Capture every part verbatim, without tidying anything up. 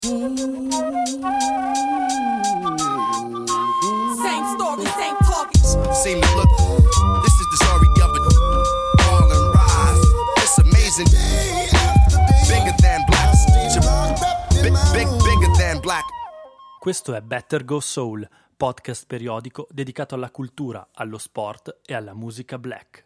Same story, same talking. See me look. This is the story of it. Fall and rise. It's amazing. Bigger than black. Big, big, bigger than black. Questo è Better Go Soul, podcast periodico dedicato alla cultura, allo sport e alla musica black.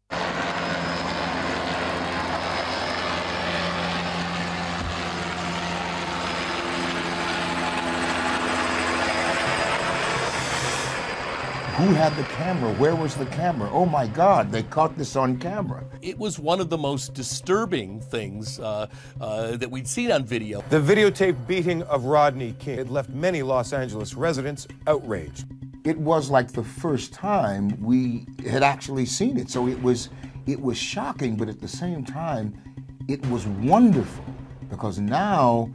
Who had the camera? Where was the camera? Oh my God, they caught this on camera. It was one of the most disturbing things uh, uh, that we'd seen on video. The videotape beating of Rodney King had left many Los Angeles residents outraged. It was like the first time we had actually seen it. So it was, it was shocking, but at the same time, it was wonderful because now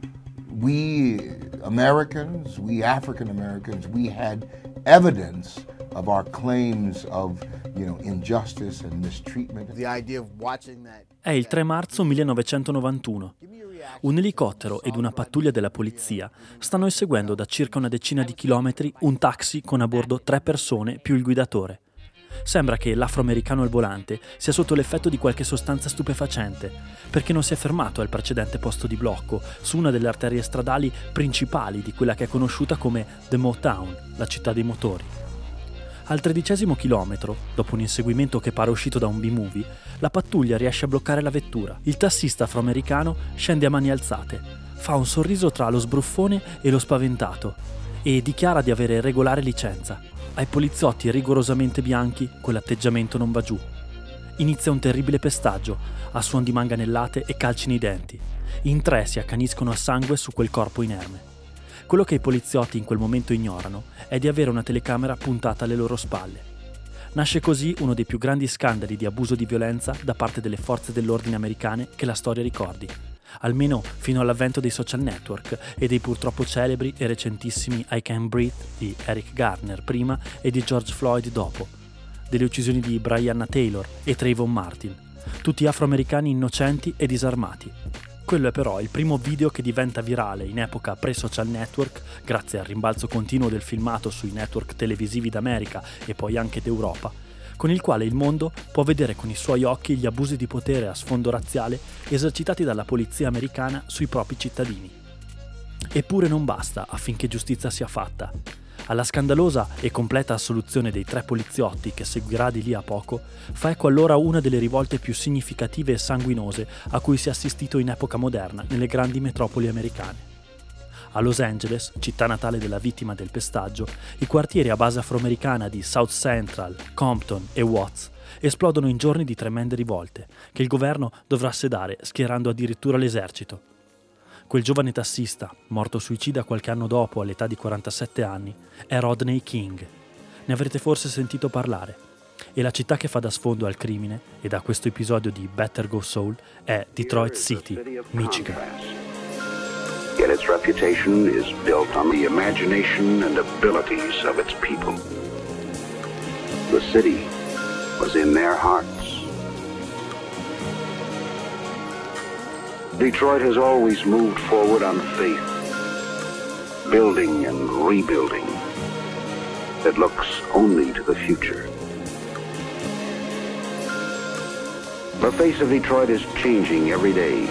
we Americans, we African Americans, we had evidence of our claims of, you know, injustice and mistreatment. The idea of watching that. È il tre marzo millenovecentonovantuno. Un elicottero ed una pattuglia della polizia stanno inseguendo da circa una decina di chilometri un taxi con a bordo tre persone più il guidatore. Sembra che l'afroamericano al volante sia sotto l'effetto di qualche sostanza stupefacente, perché non si è fermato al precedente posto di blocco, su una delle arterie stradali principali di quella che è conosciuta come The Motown, la città dei motori. Al tredicesimo chilometro, dopo un inseguimento che pare uscito da un B-movie, la pattuglia riesce a bloccare la vettura. Il tassista afroamericano scende a mani alzate, fa un sorriso tra lo sbruffone e lo spaventato e dichiara di avere regolare licenza. Ai poliziotti rigorosamente bianchi quell'atteggiamento non va giù. Inizia un terribile pestaggio, a suon di manganellate e calci nei denti. In tre si accaniscono a sangue su quel corpo inerme. Quello che i poliziotti in quel momento ignorano è di avere una telecamera puntata alle loro spalle. Nasce così uno dei più grandi scandali di abuso di violenza da parte delle forze dell'ordine americane che la storia ricordi, almeno fino all'avvento dei social network e dei purtroppo celebri e recentissimi I Can't Breathe di Eric Garner prima e di George Floyd dopo, delle uccisioni di Breonna Taylor e Trayvon Martin, tutti afroamericani innocenti e disarmati. Quello è però il primo video che diventa virale in epoca pre-social network, grazie al rimbalzo continuo del filmato sui network televisivi d'America e poi anche d'Europa, con il quale il mondo può vedere con i suoi occhi gli abusi di potere a sfondo razziale esercitati dalla polizia americana sui propri cittadini. Eppure non basta affinché giustizia sia fatta. Alla scandalosa e completa assoluzione dei tre poliziotti che seguirà di lì a poco, fa ecco allora una delle rivolte più significative e sanguinose a cui si è assistito in epoca moderna nelle grandi metropoli americane. A Los Angeles, città natale della vittima del pestaggio, i quartieri a base afroamericana di South Central, Compton e Watts esplodono in giorni di tremende rivolte, che il governo dovrà sedare schierando addirittura l'esercito. Quel giovane tassista, morto suicida qualche anno dopo all'età di quarantasette anni, è Rodney King. Ne avrete forse sentito parlare. E la città che fa da sfondo al crimine, e da questo episodio di Better Go Soul, è Detroit City, Michigan. Yet its reputation is built on the imagination and abilities of its people. The city was in their hearts. Detroit has always moved forward on faith, building and rebuilding. It looks only to the future. The face of Detroit is changing every day.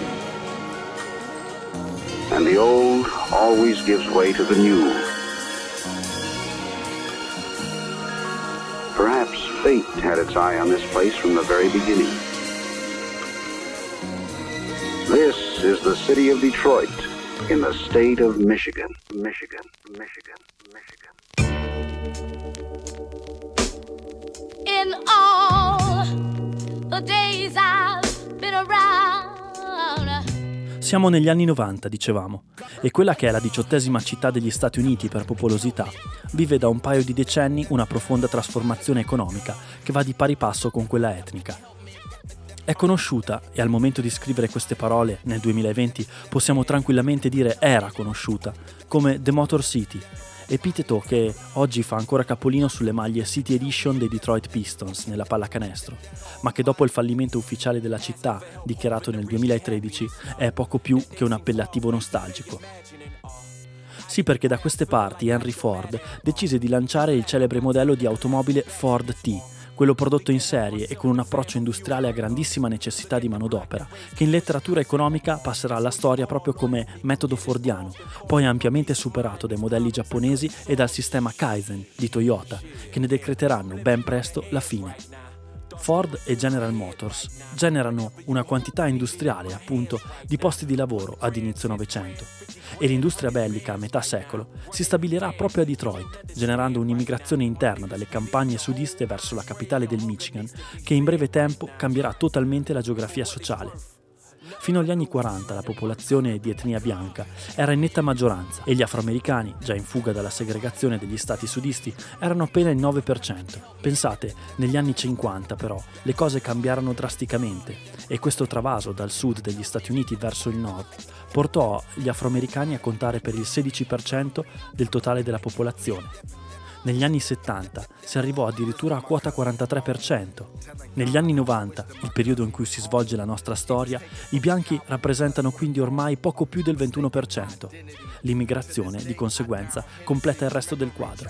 And the old always gives way to the new. Perhaps fate had its eye on this place from the very beginning. This is the city of Detroit in the state of Michigan, Michigan, Michigan, Michigan. In all the days I've been around. Siamo negli anni novanta, dicevamo, e quella che è la diciottesima città degli Stati Uniti per popolosità vive da un paio di decenni una profonda trasformazione economica che va di pari passo con quella etnica. È conosciuta, e al momento di scrivere queste parole, nel duemilaventi, possiamo tranquillamente dire era conosciuta, come The Motor City, epiteto che oggi fa ancora capolino sulle maglie City Edition dei Detroit Pistons nella pallacanestro, ma che dopo il fallimento ufficiale della città, dichiarato nel duemilatredici, è poco più che un appellativo nostalgico. Sì, perché da queste parti Henry Ford decise di lanciare il celebre modello di automobile Ford T, quello prodotto in serie e con un approccio industriale a grandissima necessità di manodopera, che in letteratura economica passerà alla storia proprio come metodo fordiano, poi ampiamente superato dai modelli giapponesi e dal sistema Kaizen di Toyota, che ne decreteranno ben presto la fine. Ford e General Motors generano una quantità industriale, appunto, di posti di lavoro ad inizio Novecento, e l'industria bellica a metà secolo si stabilirà proprio a Detroit, generando un'immigrazione interna dalle campagne sudiste verso la capitale del Michigan, che in breve tempo cambierà totalmente la geografia sociale. Fino agli anni quaranta la popolazione di etnia bianca era in netta maggioranza e gli afroamericani, già in fuga dalla segregazione degli stati sudisti, erano appena il nove per cento. Pensate, negli anni cinquanta però le cose cambiarono drasticamente e questo travaso dal sud degli Stati Uniti verso il nord portò gli afroamericani a contare per il sedici per cento del totale della popolazione. Negli anni settanta si arrivò addirittura a quota quarantatré per cento. Negli anni novanta, il periodo in cui si svolge la nostra storia, i bianchi rappresentano quindi ormai poco più del ventuno per cento. L'immigrazione, di conseguenza, completa il resto del quadro.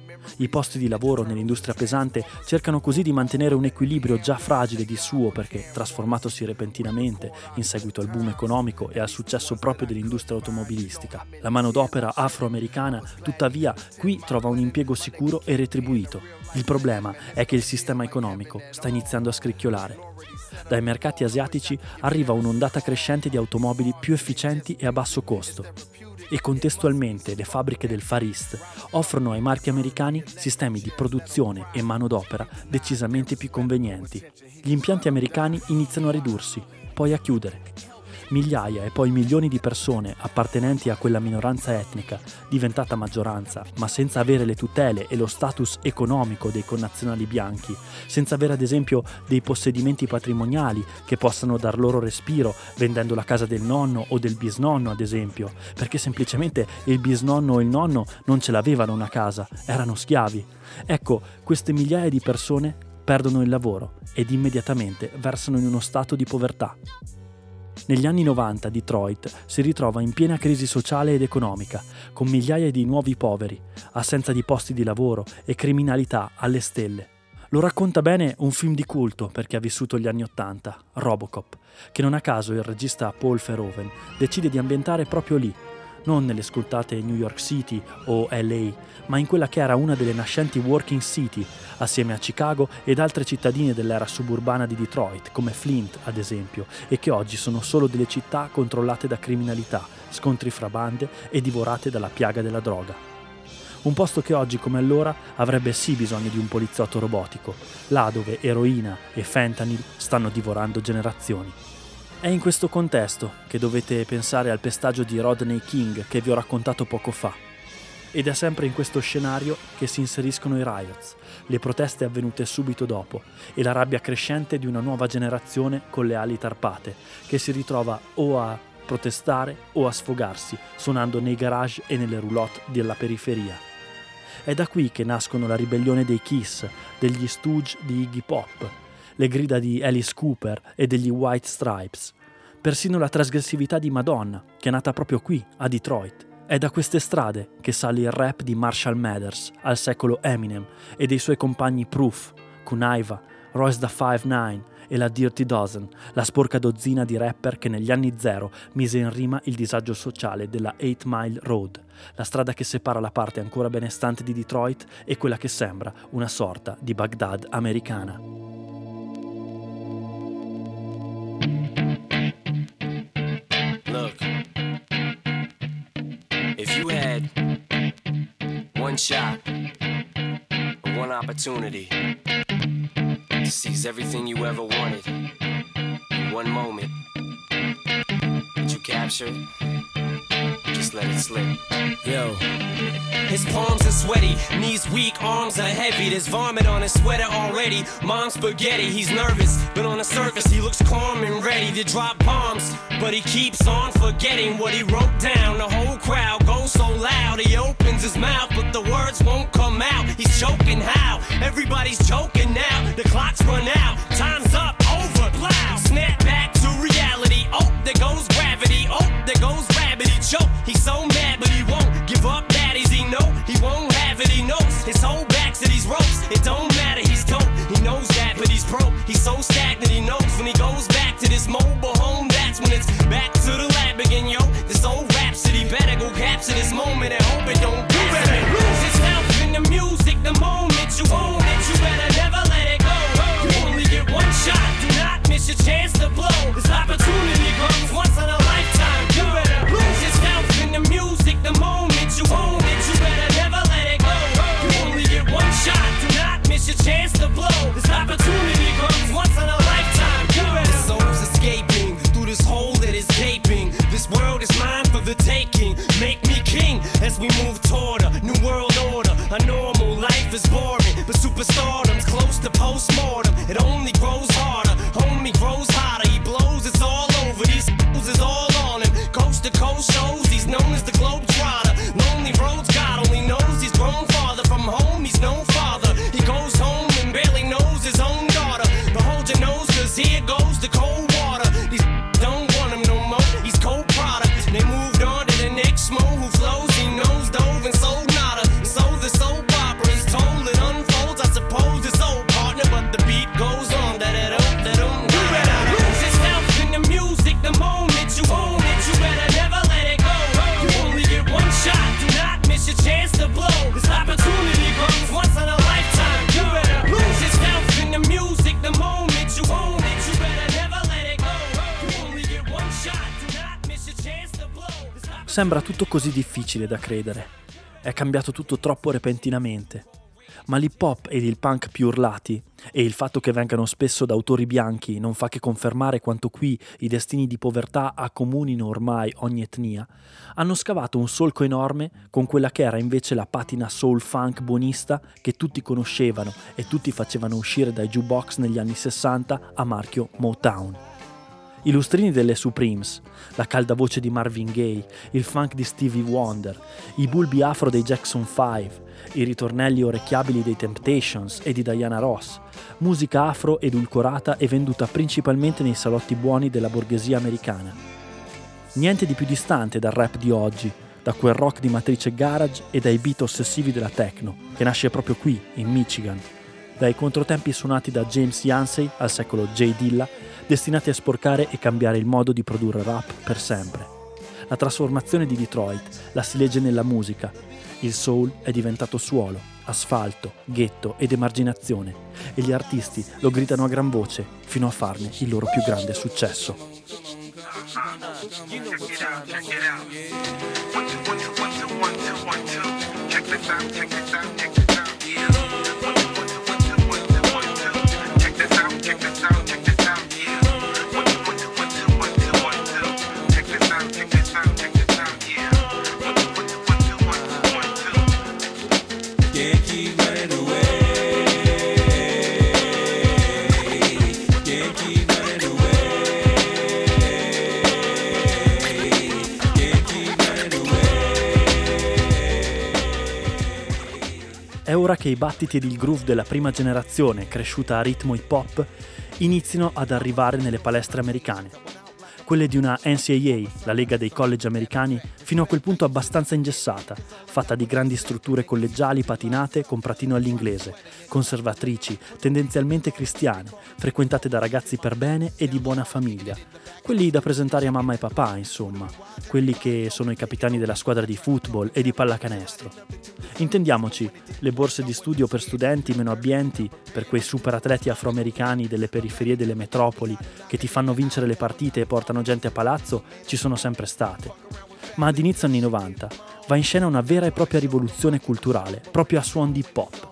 I posti di lavoro nell'industria pesante cercano così di mantenere un equilibrio già fragile di suo perché, trasformatosi repentinamente in seguito al boom economico e al successo proprio dell'industria automobilistica, la manodopera afroamericana, tuttavia, qui trova un impiego sicuro e retribuito. Il problema è che il sistema economico sta iniziando a scricchiolare. Dai mercati asiatici arriva un'ondata crescente di automobili più efficienti e a basso costo. E contestualmente le fabbriche del Far East offrono ai marchi americani sistemi di produzione e manodopera decisamente più convenienti. Gli impianti americani iniziano a ridursi, poi a chiudere. Migliaia e poi milioni di persone appartenenti a quella minoranza etnica, diventata maggioranza, ma senza avere le tutele e lo status economico dei connazionali bianchi, senza avere ad esempio dei possedimenti patrimoniali che possano dar loro respiro vendendo la casa del nonno o del bisnonno ad esempio, perché semplicemente il bisnonno o il nonno non ce l'avevano una casa, erano schiavi. Ecco, queste migliaia di persone perdono il lavoro ed immediatamente versano in uno stato di povertà. Negli anni novanta Detroit si ritrova in piena crisi sociale ed economica, con migliaia di nuovi poveri, assenza di posti di lavoro e criminalità alle stelle. Lo racconta bene un film di culto per chi ha vissuto gli anni Ottanta, Robocop, che non a caso il regista Paul Verhoeven decide di ambientare proprio lì, non nelle scultate New York City o L A, ma in quella che era una delle nascenti working city, assieme a Chicago ed altre cittadine dell'era suburbana di Detroit, come Flint ad esempio, e che oggi sono solo delle città controllate da criminalità, scontri fra bande e divorate dalla piaga della droga. Un posto che oggi come allora avrebbe sì bisogno di un poliziotto robotico, là dove eroina e fentanyl stanno divorando generazioni. È in questo contesto che dovete pensare al pestaggio di Rodney King che vi ho raccontato poco fa. Ed è sempre in questo scenario che si inseriscono i riots, le proteste avvenute subito dopo e la rabbia crescente di una nuova generazione con le ali tarpate, che si ritrova o a protestare o a sfogarsi, suonando nei garage e nelle roulotte della periferia. È da qui che nascono la ribellione dei Kiss, degli Stooge di Iggy Pop, le grida di Alice Cooper e degli White Stripes, persino la trasgressività di Madonna, che è nata proprio qui, a Detroit. È da queste strade che sale il rap di Marshall Mathers, al secolo Eminem, e dei suoi compagni Proof, Kuniva, Royce da Five Nine e la Dirty Dozen, la sporca dozzina di rapper che negli anni zero mise in rima il disagio sociale della Eight Mile Road, la strada che separa la parte ancora benestante di Detroit e quella che sembra una sorta di Baghdad americana. Look, if you had one shot, one opportunity to seize everything you ever wanted in one moment, would you capture it? Would you just let it slip. Yo. His palms are sweaty, knees weak, arms are heavy. There's vomit on his sweater already. Mom's spaghetti, he's nervous, but on the surface he looks calm and ready to drop bombs. But he keeps on forgetting what he wrote down. The whole crowd goes so loud, he opens his mouth, but the words won't come out. He's choking how? Everybody's choking now. The clock's run out, time's up, over, loud. Snap back to reality. Oh, there goes gravity. Oh, there goes rabbit. He choke. He's so mad, but he won't give up. Daddies, he know he won't have it. He knows his whole back to these ropes. It don't matter. He's dope. He knows that, but he's broke. He's so stagnant. He knows when he goes back to this mobile home. That's when it's back to the lab again, yo. This old rhapsody better go capture this moment and hope it don't. You better lose yourself in the music. The moment you own it, you better never let it go. You only get one shot. Do not miss your chance to blow. This opportunity comes once in a lifetime. You better lose yourself in the music. The moment you own it, you better never let it go. You only get one shot. Do not miss your chance to blow. This opportunity comes once in a lifetime. You better. The soul's escaping through this hole that is gaping. This world is mine for the taking. Make me king as we move toward a new world order. A normal life is boring, but superstardom's close to postmortem. It only grows harder, homie grows hotter. He blows, it's all over. These fools is all on him. Coast to coast shows, he's known as the Globetrotter. Lonely roads, God only knows he's grown farther from home. He's no father. He goes home and barely knows his own daughter. But hold your nose, cause here goes the cold water. These don't want him no more. He's cold product. They moved on to the next mo who flows. He knows dove and sold nada. So the soap opera is told, it unfolds. I suppose it's old partner, but the beat goes on. Da da da da da. You better lose yourself in the music. The moment you own it, you better never let it go. You only get one shot. Do not miss your chance to blow. This opportunity comes once in a lifetime. You better lose yourself in the music. The moment you own it, you better never let it go. You only get one shot. Do not miss your chance to blow. Sembra tutto così difficile da credere. È cambiato tutto troppo repentinamente. Ma l'hip hop ed il punk più urlati, e il fatto che vengano spesso da autori bianchi, non fa che confermare quanto qui i destini di povertà accomunino ormai ogni etnia, hanno scavato un solco enorme con quella che era invece la patina soul funk buonista che tutti conoscevano e tutti facevano uscire dai jukebox negli anni sessanta a marchio Motown. I lustrini delle Supremes, la calda voce di Marvin Gaye, il funk di Stevie Wonder, i bulbi afro dei Jackson five, i ritornelli orecchiabili dei Temptations e di Diana Ross, musica afro edulcorata e venduta principalmente nei salotti buoni della borghesia americana. Niente di più distante dal rap di oggi, da quel rock di matrice garage e dai beat ossessivi della techno, che nasce proprio qui, in Michigan, dai controtempi suonati da James Yancey al secolo J. Dilla, destinati a sporcare e cambiare il modo di produrre rap per sempre. La trasformazione di Detroit la si legge nella musica. Il soul è diventato suolo, asfalto, ghetto ed emarginazione, e gli artisti lo gridano a gran voce fino a farne il loro più grande successo. È ora che i battiti ed il groove della prima generazione, cresciuta a ritmo hip hop, inizino ad arrivare nelle palestre americane. Quelle di una N C A A, la lega dei college americani, fino a quel punto abbastanza ingessata, fatta di grandi strutture collegiali patinate con pratino all'inglese, conservatrici, tendenzialmente cristiane, frequentate da ragazzi per bene e di buona famiglia. Quelli da presentare a mamma e papà, insomma. Quelli che sono i capitani della squadra di football e di pallacanestro. Intendiamoci, le borse di studio per studenti meno abbienti, per quei super atleti afroamericani delle periferie delle metropoli che ti fanno vincere le partite e portano gente a palazzo, ci sono sempre state. Ma ad inizio anni novanta va in scena una vera e propria rivoluzione culturale, proprio a suon di hip hop.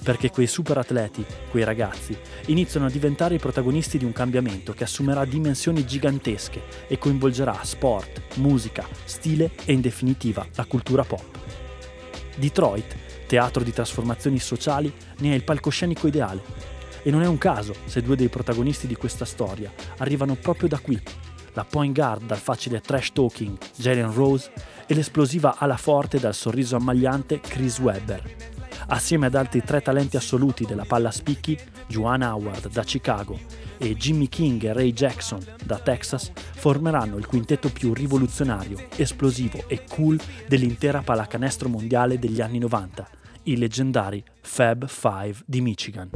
perché quei superatleti, quei ragazzi, iniziano a diventare i protagonisti di un cambiamento che assumerà dimensioni gigantesche e coinvolgerà sport, musica, stile e in definitiva la cultura pop. Detroit, teatro di trasformazioni sociali, ne è il palcoscenico ideale. E non è un caso se due dei protagonisti di questa storia arrivano proprio da qui, la point guard dal facile trash talking Jalen Rose e l'esplosiva ala forte dal sorriso ammagliante Chris Webber. Assieme ad altri tre talenti assoluti della palla a spicchi, Juwan Howard da Chicago e Jimmy King e Ray Jackson da Texas, formeranno il quintetto più rivoluzionario, esplosivo e cool dell'intera pallacanestro mondiale degli anni novanta, i leggendari Fab Five di Michigan.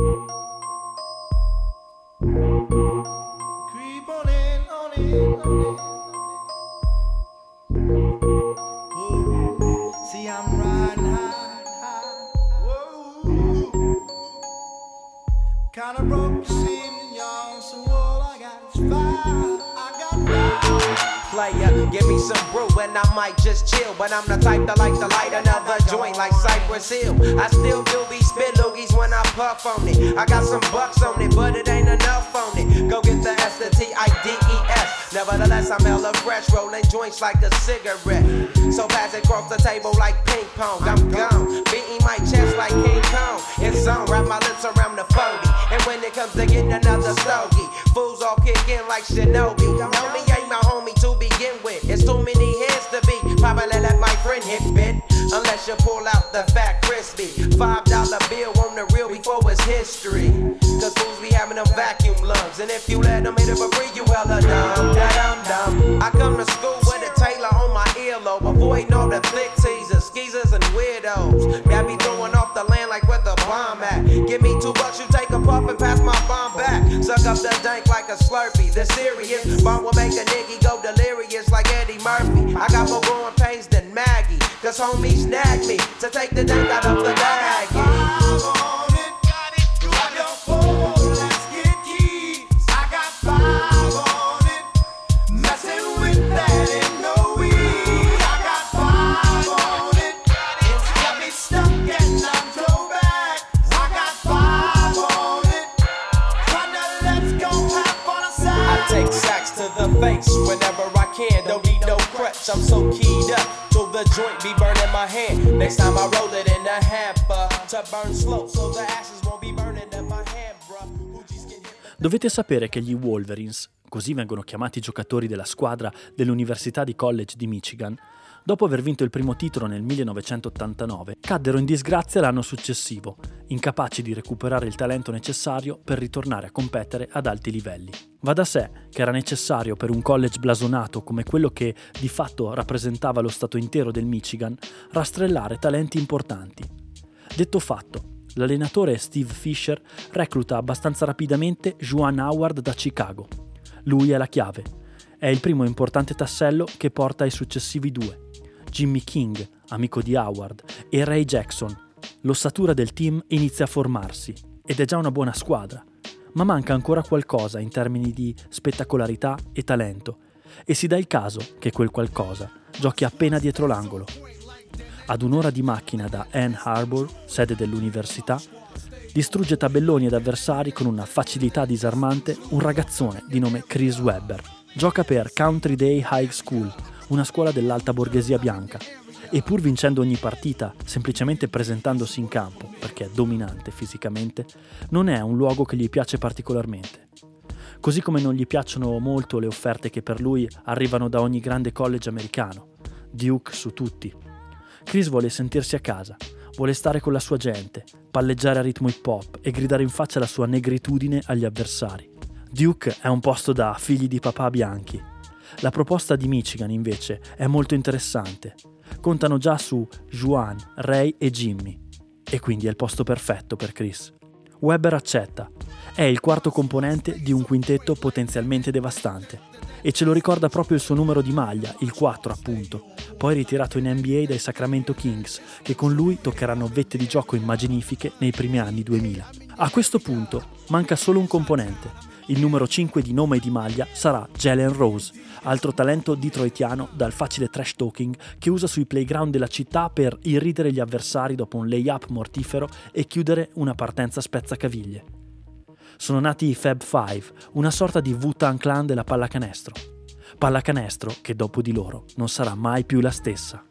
Kinda broke, you see me, y'all, so all I got is five. I got five. Player, give me some brew and I might just chill. But I'm the type that like to light another joint like Cypress Hill. I still do be spit loogies when I puff on it. I got some bucks on it, but it ain't enough on it. Go get the S, the T, I, D, E, S. Nevertheless, I'm hella fresh, rolling joints like a cigarette. So pass it across the table like ping pong. I'm gone, beating my chest like King Kong. It's on, wrap my lips around the forty. And when it comes to getting another stogie, fools all kick in like Shinobi. Know me ain't my homie to begin with. It's too many heads to be. Probably let my friend hit bit. Unless you pull out the fat crispy five dollar bill on the real before it's history. Cause fools be having them vacuum lungs. And if you let them hit it for free, you hella dumb, da-dum dum. I come to school with a Taylor on my earlobe, avoiding all the thick teasers, skeezers and weirdos. Got me throwing off the land like where the bomb at. Give me two bucks, you take a puff and pass my bomb back. Suck up the dank like a Slurpee. The serious bomb will make a nigga go delirious like Eddie Murphy. I got more growing pains than Maggie, cause homies snagged me to take the dank out of the bag. Whenever I can, don't need no crutch. I'm so keyed up, so the joint be burning my hand. Next time I roll it in a hamper to burn slow, so the ashes won't be burning in my hand, bruh. Dovete sapere che gli Wolverines, così vengono chiamati i giocatori della squadra dell'Università di College di Michigan, dopo aver vinto il primo titolo nel millenovecentottantanove, caddero in disgrazia l'anno successivo, incapaci di recuperare il talento necessario per ritornare a competere ad alti livelli. Va da sé che era necessario per un college blasonato come quello che di fatto rappresentava lo stato intero del Michigan rastrellare talenti importanti. Detto fatto, l'allenatore Steve Fisher recluta abbastanza rapidamente Juwan Howard da Chicago. Lui è la chiave. È il primo importante tassello che porta ai successivi due, Jimmy King, amico di Howard, e Ray Jackson. L'ossatura del team inizia a formarsi ed è già una buona squadra, ma manca ancora qualcosa in termini di spettacolarità e talento, e si dà il caso che quel qualcosa giochi appena dietro l'angolo. Ad un'ora di macchina da Ann Arbor, sede dell'università, distrugge tabelloni ed avversari con una facilità disarmante un ragazzone di nome Chris Webber. Gioca per Country Day High School, una scuola dell'alta borghesia bianca, e pur vincendo ogni partita, semplicemente presentandosi in campo, perché è dominante fisicamente, non è un luogo che gli piace particolarmente. Così come non gli piacciono molto le offerte che per lui arrivano da ogni grande college americano, Duke su tutti. Chris vuole sentirsi a casa, vuole stare con la sua gente, palleggiare a ritmo hip hop e gridare in faccia la sua negritudine agli avversari. Duke è un posto da figli di papà bianchi. La proposta di Michigan, invece, è molto interessante. Contano già su Juwan, Ray e Jimmy, e quindi è il posto perfetto per Chris. Webber accetta. È il quarto componente di un quintetto potenzialmente devastante, e ce lo ricorda proprio il suo numero di maglia, il quattro appunto, poi ritirato in N B A dai Sacramento Kings, che con lui toccheranno vette di gioco immaginifiche nei primi anni duemila. A questo punto manca solo un componente, Il numero cinque di nome e di maglia sarà Jalen Rose, altro talento detroitiano dal facile trash talking che usa sui playground della città per irridere gli avversari dopo un layup mortifero e chiudere una partenza spezzacaviglie. Sono nati i Fab Five, una sorta di Wu-Tang Clan della pallacanestro. Pallacanestro che dopo di loro non sarà mai più la stessa.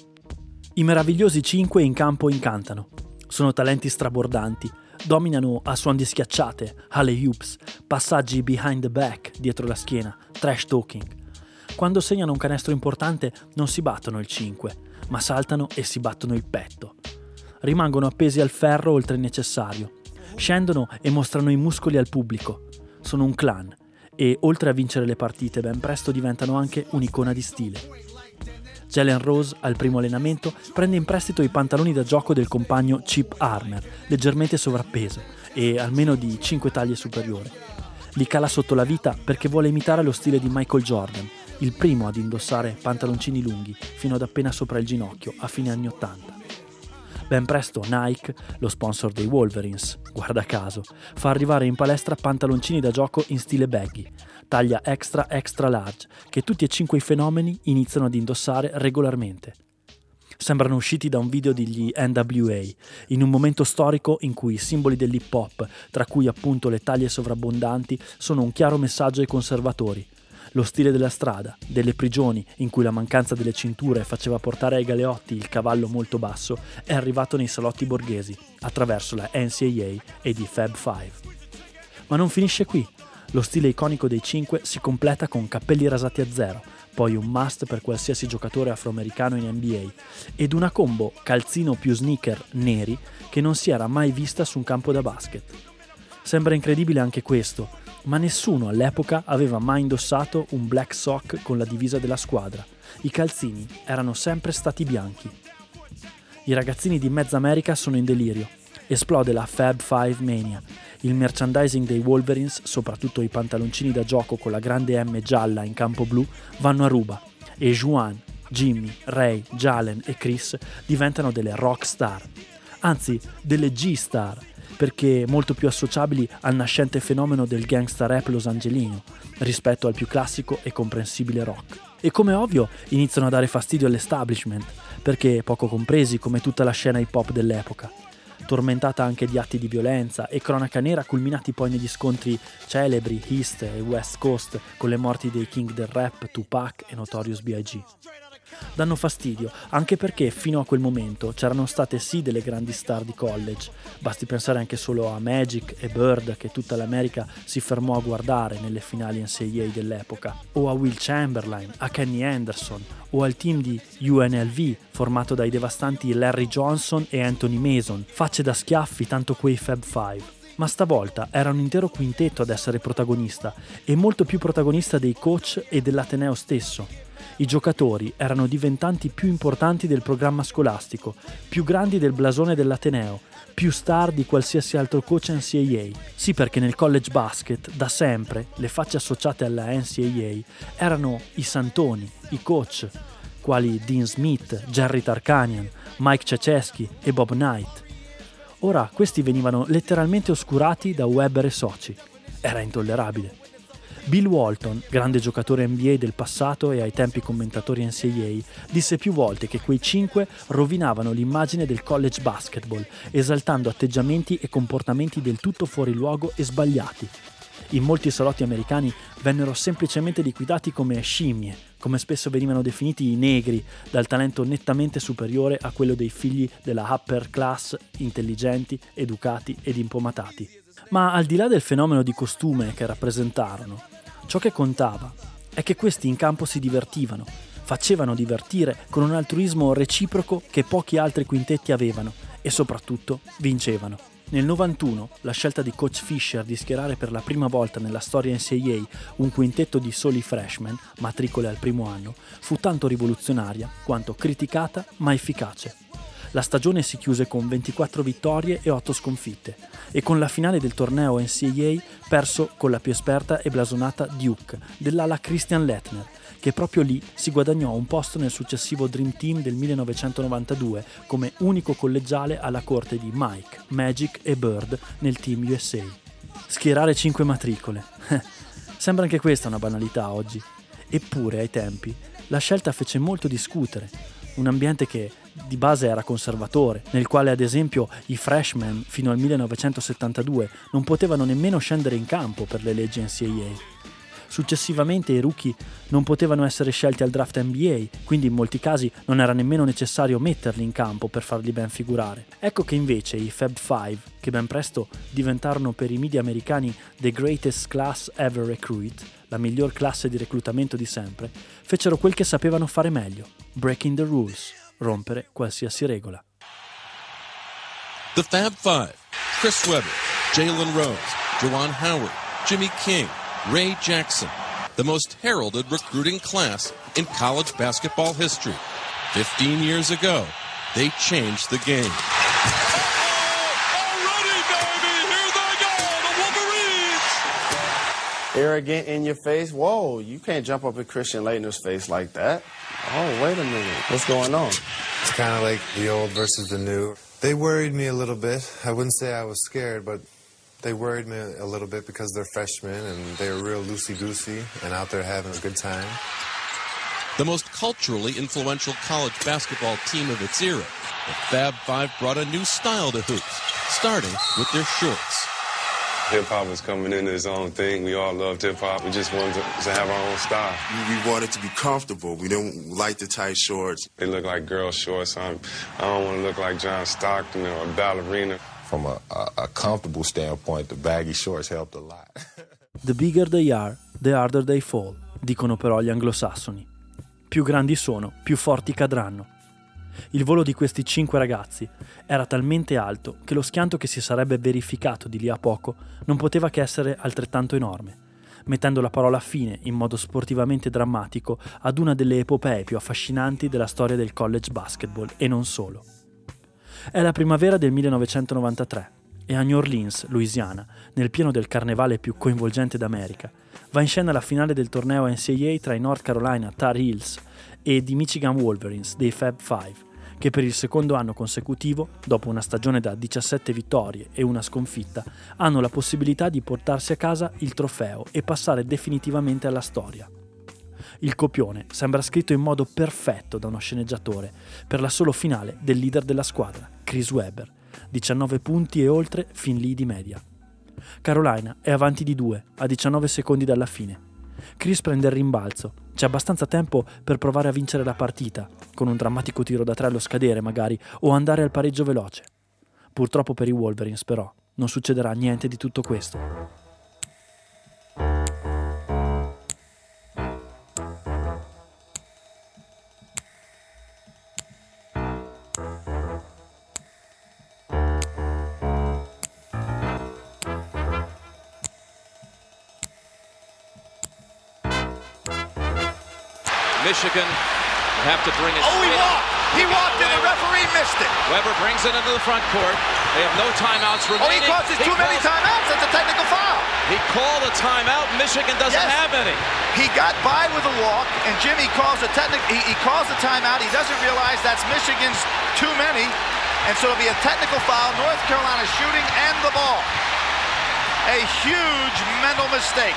I meravigliosi cinque in campo incantano. Sono talenti strabordanti, dominano a suon di schiacciate, alley-oops, passaggi behind the back, dietro la schiena, trash talking. Quando segnano un canestro importante non si battono il cinque, ma saltano e si battono il petto. Rimangono appesi al ferro oltre il necessario. Scendono e mostrano i muscoli al pubblico. Sono un clan e, oltre a vincere le partite, ben presto diventano anche un'icona di stile. Jalen Rose, al primo allenamento, prende in prestito i pantaloni da gioco del compagno Chip Armer, leggermente sovrappeso e almeno di cinque taglie superiore. Li cala sotto la vita perché vuole imitare lo stile di Michael Jordan, il primo ad indossare pantaloncini lunghi fino ad appena sopra il ginocchio a fine anni ottanta. Ben presto Nike, lo sponsor dei Wolverines, guarda caso, fa arrivare in palestra pantaloncini da gioco in stile baggy, taglia extra extra large, che tutti e cinque i fenomeni iniziano ad indossare regolarmente. Sembrano usciti da un video degli N W A, in un momento storico in cui i simboli dell'hip hop, tra cui appunto le taglie sovrabbondanti, sono un chiaro messaggio ai conservatori. Lo stile della strada, delle prigioni in cui la mancanza delle cinture faceva portare ai galeotti il cavallo molto basso, è arrivato nei salotti borghesi, attraverso la N C A A e i Fab Five. Ma non finisce qui. Lo stile iconico dei cinque si completa con capelli rasati a zero, poi un must per qualsiasi giocatore afroamericano in N B A, ed una combo calzino più sneaker neri che non si era mai vista su un campo da basket. Sembra incredibile anche questo, ma nessuno all'epoca aveva mai indossato un black sock con la divisa della squadra. I calzini erano sempre stati bianchi. I ragazzini di mezza America sono in delirio. Esplode la Fab Five Mania. Il merchandising dei Wolverines, soprattutto i pantaloncini da gioco con la grande M gialla in campo blu, vanno a ruba e Juan, Jimmy, Ray, Jalen e Chris diventano delle rock star, anzi delle G-star, perché molto più associabili al nascente fenomeno del gangsta rap losangelino rispetto al più classico e comprensibile rock. E come ovvio iniziano a dare fastidio all'establishment, perché poco compresi come tutta la scena hip hop dell'epoca, tormentata anche di atti di violenza e cronaca nera culminati poi negli scontri celebri East e West Coast con le morti dei king del rap Tupac e Notorious B I G Danno fastidio anche perché fino a quel momento c'erano state sì delle grandi star di college, basti pensare anche solo a Magic e Bird che tutta l'America si fermò a guardare nelle finali N C A A dell'epoca, o a Will Chamberlain, a Kenny Anderson, o al team di U N L V formato dai devastanti Larry Johnson e Anthony Mason, facce da schiaffi tanto quei Fab Five. Ma stavolta era un intero quintetto ad essere protagonista, e molto più protagonista dei coach e dell'Ateneo stesso. I giocatori erano diventanti più importanti del programma scolastico, più grandi del blasone dell'Ateneo, più star di qualsiasi altro coach N C A A. Sì, perché nel college basket, da sempre, le facce associate alla N C A A erano i santoni, i coach, quali Dean Smith, Jerry Tarkanian, Mike Krzyzewski e Bob Knight. Ora questi venivano letteralmente oscurati da Webber e soci. Era intollerabile. Bill Walton, grande giocatore N B A del passato e ai tempi commentatore N C A A, disse più volte che quei cinque rovinavano l'immagine del college basketball, esaltando atteggiamenti e comportamenti del tutto fuori luogo e sbagliati. In molti salotti americani vennero semplicemente liquidati come scimmie, come spesso venivano definiti i negri, dal talento nettamente superiore a quello dei figli della upper class, intelligenti, educati ed impomatati. Ma al di là del fenomeno di costume che rappresentarono, ciò che contava è che questi in campo si divertivano, facevano divertire con un altruismo reciproco che pochi altri quintetti avevano e soprattutto vincevano. Nel novantuno la scelta di coach Fisher di schierare per la prima volta nella storia N C A A un quintetto di soli freshman, matricole al primo anno, fu tanto rivoluzionaria quanto criticata ma efficace. La stagione si chiuse con ventiquattro vittorie e otto sconfitte, e con la finale del torneo N C A A perso con la più esperta e blasonata Duke, dell'ala Christian Laettner, che proprio lì si guadagnò un posto nel successivo Dream Team del millenovecentonovantadue come unico collegiale alla corte di Mike, Magic e Bird nel team U S A. schierare cinque matricole. Sembra anche questa una banalità oggi. Eppure, ai tempi, la scelta fece molto discutere. Un ambiente che di base era conservatore, nel quale ad esempio i freshman fino al millenovecentosettantadue non potevano nemmeno scendere in campo per le leggi N C A A. Successivamente i rookie non potevano essere scelti al draft N B A, quindi in molti casi non era nemmeno necessario metterli in campo per farli ben figurare. Ecco che invece i Fab Five, che ben presto diventarono per i media americani the greatest class ever recruit, la miglior classe di reclutamento di sempre, fecero quel che sapevano fare meglio: breaking the rules, rompere qualsiasi regola. The Fab Five: Chris Webber, Jalen Rose, Juwan Howard, Jimmy King, Ray Jackson, the most heralded recruiting class in college basketball history. Fifteen years ago, they changed the game. Already, baby! Here they go, the Wolverines! Arrogant in your face? Whoa, you can't jump up in Christian Laettner's face like that. Oh, wait a minute. What's going on? It's kind of like the old versus the new. They worried me a little bit. I wouldn't say I was scared, but they worried me a little bit because they're freshmen and they're real loosey-goosey and out there having a good time. The most culturally influential college basketball team of its era, the Fab Five brought a new style to hoops, starting with their shorts. Hip-hop was coming into its own thing. We all loved hip-hop. We just wanted to, to have our own style. We wanted to be comfortable. We didn't like the tight shorts. They look like girl shorts. So I'm, I don't want to look like John Stockton or a ballerina. From a, a, a comfortable standpoint, the baggy shorts helped a lot. The bigger they are, the harder they fall, dicono però gli anglosassoni. Più grandi sono, più forti cadranno. Il volo di questi cinque ragazzi era talmente alto che lo schianto che si sarebbe verificato di lì a poco non poteva che essere altrettanto enorme, mettendo la parola fine in modo sportivamente drammatico ad una delle epopee più affascinanti della storia del college basketball e non solo. È la primavera del millenovecentonovantatré e a New Orleans, Louisiana, nel pieno del carnevale più coinvolgente d'America, va in scena la finale del torneo N C A A tra i North Carolina Tar Heels e i Michigan Wolverines dei Fab Five, che per il secondo anno consecutivo, dopo una stagione da diciassette vittorie e una sconfitta, hanno la possibilità di portarsi a casa il trofeo e passare definitivamente alla storia. Il copione sembra scritto in modo perfetto da uno sceneggiatore per la solo finale del leader della squadra, Chris Webber, diciannove punti e oltre fin lì di media. Carolina è avanti di due, a diciannove secondi dalla fine. Chris prende il rimbalzo, c'è abbastanza tempo per provare a vincere la partita, con un drammatico tiro da tre allo scadere magari, o andare al pareggio veloce. Purtroppo per i Wolverines però non succederà niente di tutto questo. Michigan have to bring it. Oh, he walked! He walked and the referee missed it. Weber brings it into the front court. They have no timeouts remaining. Oh, he causes too many timeouts. That's a technical foul. He called a timeout. Michigan doesn't yes. have any. He got by with a walk, and Jimmy calls a technical. He, he calls a timeout. He doesn't realize that's Michigan's too many, and so it'll be a technical foul. North Carolina shooting and the ball. A huge mental mistake.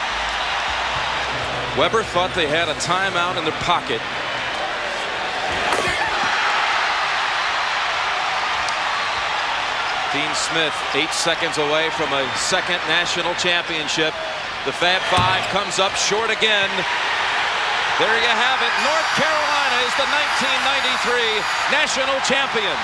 Weber thought they had a timeout in their pocket. Dean Smith, eight seconds away from a second national championship. The Fab Five comes up short again. There you have it. North Carolina is the nineteen ninety-three national champion.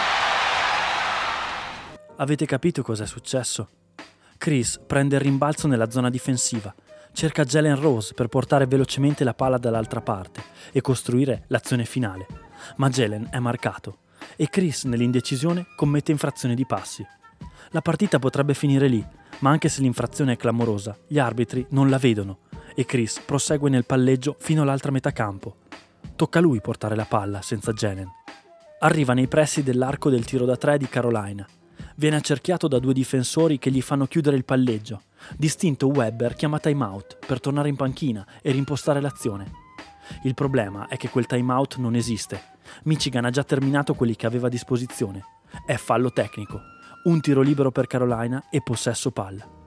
Avete capito cos'è successo? Chris prende il rimbalzo nella zona difensiva. Cerca Jalen Rose per portare velocemente la palla dall'altra parte e costruire l'azione finale, ma Jalen è marcato e Chris nell'indecisione commette infrazione di passi. La partita potrebbe finire lì, ma anche se l'infrazione è clamorosa, gli arbitri non la vedono e Chris prosegue nel palleggio fino all'altra metà campo. Tocca a lui portare la palla senza Jalen. Arriva nei pressi dell'arco del tiro da tre di Carolina. Viene accerchiato da due difensori che gli fanno chiudere il palleggio. Distinto Webber chiama timeout per tornare in panchina e rimpostare l'azione. Il problema è che quel timeout non esiste. Michigan ha già terminato quelli che aveva a disposizione. È fallo tecnico, un tiro libero per Carolina e possesso palla.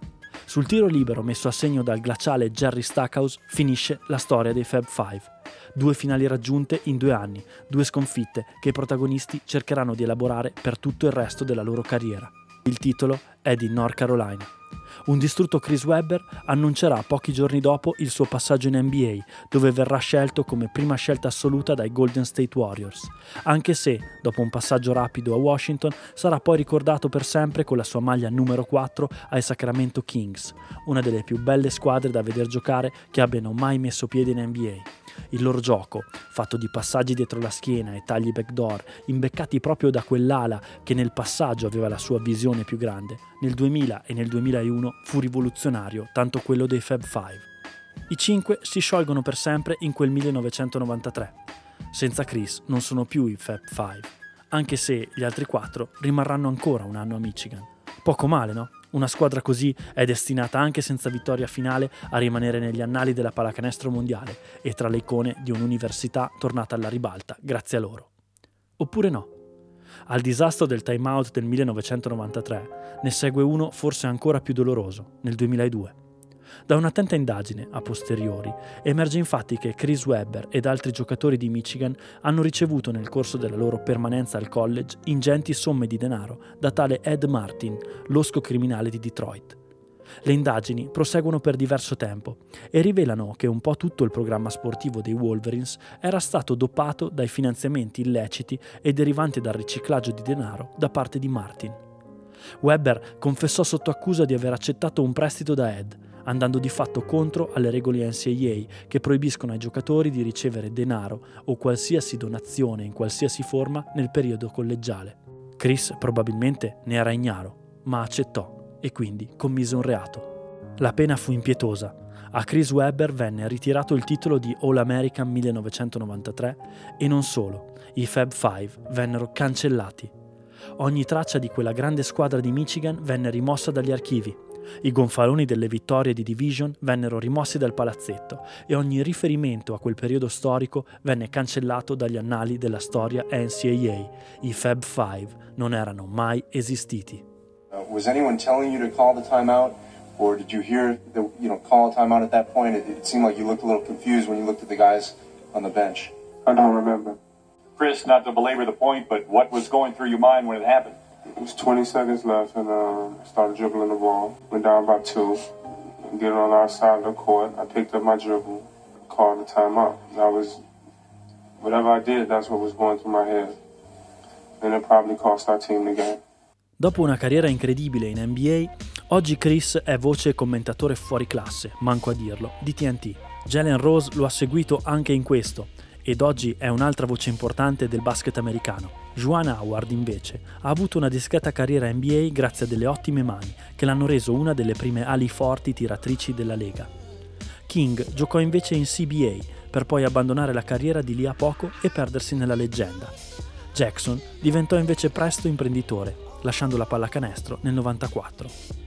Sul tiro libero messo a segno dal glaciale Jerry Stackhouse finisce la storia dei Fab Five. Due finali raggiunte in due anni, due sconfitte che i protagonisti cercheranno di elaborare per tutto il resto della loro carriera. Il titolo è di North Carolina. Un distrutto Chris Webber annuncerà pochi giorni dopo il suo passaggio in N B A, dove verrà scelto come prima scelta assoluta dai Golden State Warriors, anche se, dopo un passaggio rapido a Washington, sarà poi ricordato per sempre con la sua maglia numero quattro ai Sacramento Kings, una delle più belle squadre da veder giocare che abbiano mai messo piede in N B A. Il loro gioco, fatto di passaggi dietro la schiena e tagli backdoor, imbeccati proprio da quell'ala che nel passaggio aveva la sua visione più grande, nel duemila e nel duemilauno fu rivoluzionario, tanto quello dei Fab Five. I cinque si sciolgono per sempre in quel millenovecentonovantatré. Senza Chris non sono più i Fab Five, anche se gli altri quattro rimarranno ancora un anno a Michigan. Poco male, no? Una squadra così è destinata anche senza vittoria finale a rimanere negli annali della pallacanestro mondiale e tra le icone di un'università tornata alla ribalta grazie a loro. Oppure no? Al disastro del timeout del millenovecentonovantatré ne segue uno forse ancora più doloroso, nel duemiladue. Da un'attenta indagine, a posteriori, emerge infatti che Chris Webber ed altri giocatori di Michigan hanno ricevuto nel corso della loro permanenza al college ingenti somme di denaro da tale Ed Martin, losco criminale di Detroit. Le indagini proseguono per diverso tempo e rivelano che un po' tutto il programma sportivo dei Wolverines era stato dopato dai finanziamenti illeciti e derivanti dal riciclaggio di denaro da parte di Martin. Webber confessò sotto accusa di aver accettato un prestito da Ed, andando di fatto contro alle regole N C A A che proibiscono ai giocatori di ricevere denaro o qualsiasi donazione in qualsiasi forma nel periodo collegiale. Chris probabilmente ne era ignaro, ma accettò e quindi commise un reato. La pena fu impietosa. A Chris Webber venne ritirato il titolo di All-American millenovecentonovantatré e non solo, i Fab Five vennero cancellati. Ogni traccia di quella grande squadra di Michigan venne rimossa dagli archivi. I gonfaloni delle vittorie di Division vennero rimossi dal palazzetto e ogni riferimento a quel periodo storico venne cancellato dagli annali della storia N C A A. I Fab Five non erano mai esistiti. Uh, was anyone telling you to call the timeout, or did you hear the you know call a timeout at that point? It, it seemed like you looked a little confused when you looked at the guys on the bench. I don't remember. Chris, not to belabor the point, but what was going through your mind when it happened? It was twenty seconds left, and um, I started dribbling the ball. Went down by two. Getting on our side of the court, I picked up my dribble, called the timeout. I was, whatever I did, that's what was going through my head. And it probably cost our team the game. Dopo una carriera incredibile in N B A, oggi Chris è voce e commentatore fuori classe, manco a dirlo, di T N T. Jalen Rose lo ha seguito anche in questo, ed oggi è un'altra voce importante del basket americano. Juwan Howard, invece, ha avuto una discreta carriera N B A grazie a delle ottime mani che l'hanno reso una delle prime ali forti tiratrici della Lega. King giocò invece in C B A per poi abbandonare la carriera di lì a poco e perdersi nella leggenda. Jackson diventò invece presto imprenditore, lasciando la pallacanestro nel novantaquattro.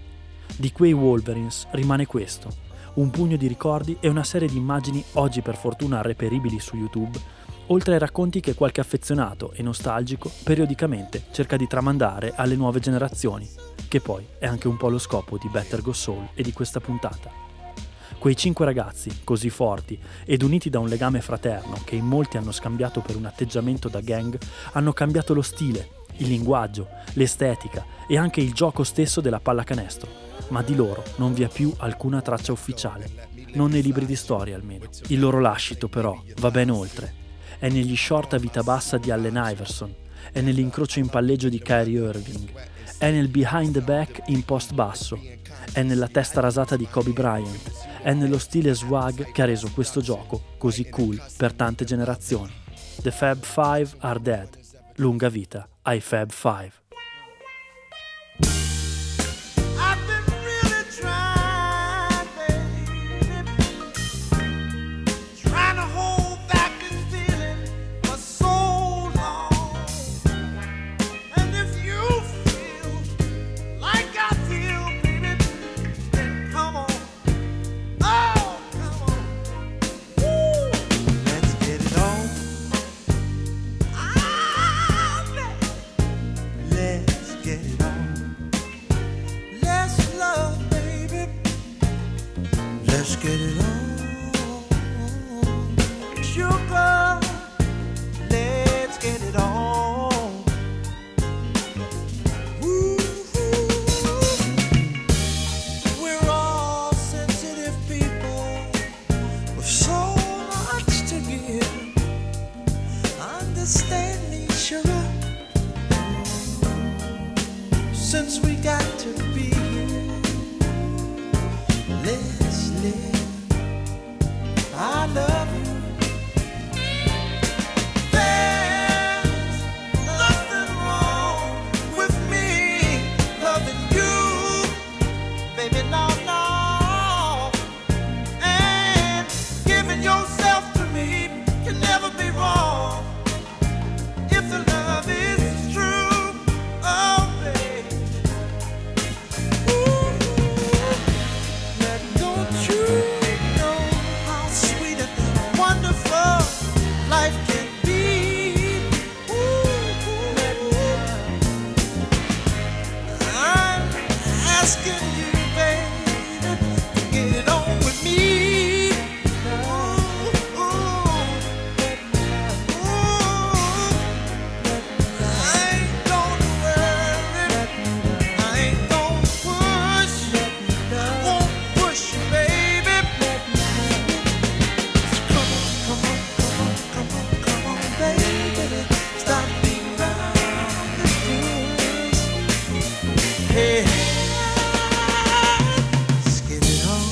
Di quei Wolverines rimane questo, un pugno di ricordi e una serie di immagini oggi per fortuna reperibili su YouTube, oltre ai racconti che qualche affezionato e nostalgico periodicamente cerca di tramandare alle nuove generazioni, che poi è anche un po' lo scopo di Better Go Soul e di questa puntata. Quei cinque ragazzi, così forti ed uniti da un legame fraterno che in molti hanno scambiato per un atteggiamento da gang, hanno cambiato lo stile, il linguaggio, l'estetica e anche il gioco stesso della pallacanestro, ma di loro non vi è più alcuna traccia ufficiale, non nei libri di storia almeno. Il loro lascito però va ben oltre. È negli short a vita bassa di Allen Iverson, è nell'incrocio in palleggio di Kyrie Irving, è nel behind the back in post basso, è nella testa rasata di Kobe Bryant, è nello stile swag che ha reso questo gioco così cool per tante generazioni. The Fab Five are dead. Lunga vita ai Fab Five. Let Let's get it on. Sugar, let's get it on. Ooh, we're all sensitive people with so much to give. Understand me, sugar, since we got to be here. Let's live. I love you. There's nothing wrong with me loving you, baby, no, no. And giving yourself to me can never be wrong if the love is true. Oh, baby. Ooh, now don't you know how sweet and wonderful life can be? Ooh, I'm asking you, baby, to get on with me. Ooh, ooh, I ain't gonna worry, I ain't gonna push, I won't push you, baby. Come on, come on, come on, come on, come on, baby. Stop being around the bush. Hey, let's get it on.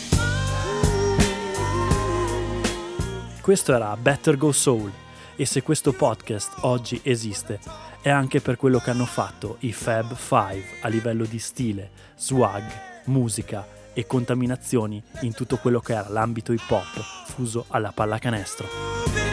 Questo era Better Go Soul, e se questo podcast oggi esiste è anche per quello che hanno fatto i Fab Five a livello di stile, swag, musica e contaminazioni in tutto quello che era l'ambito hip hop fuso alla pallacanestro.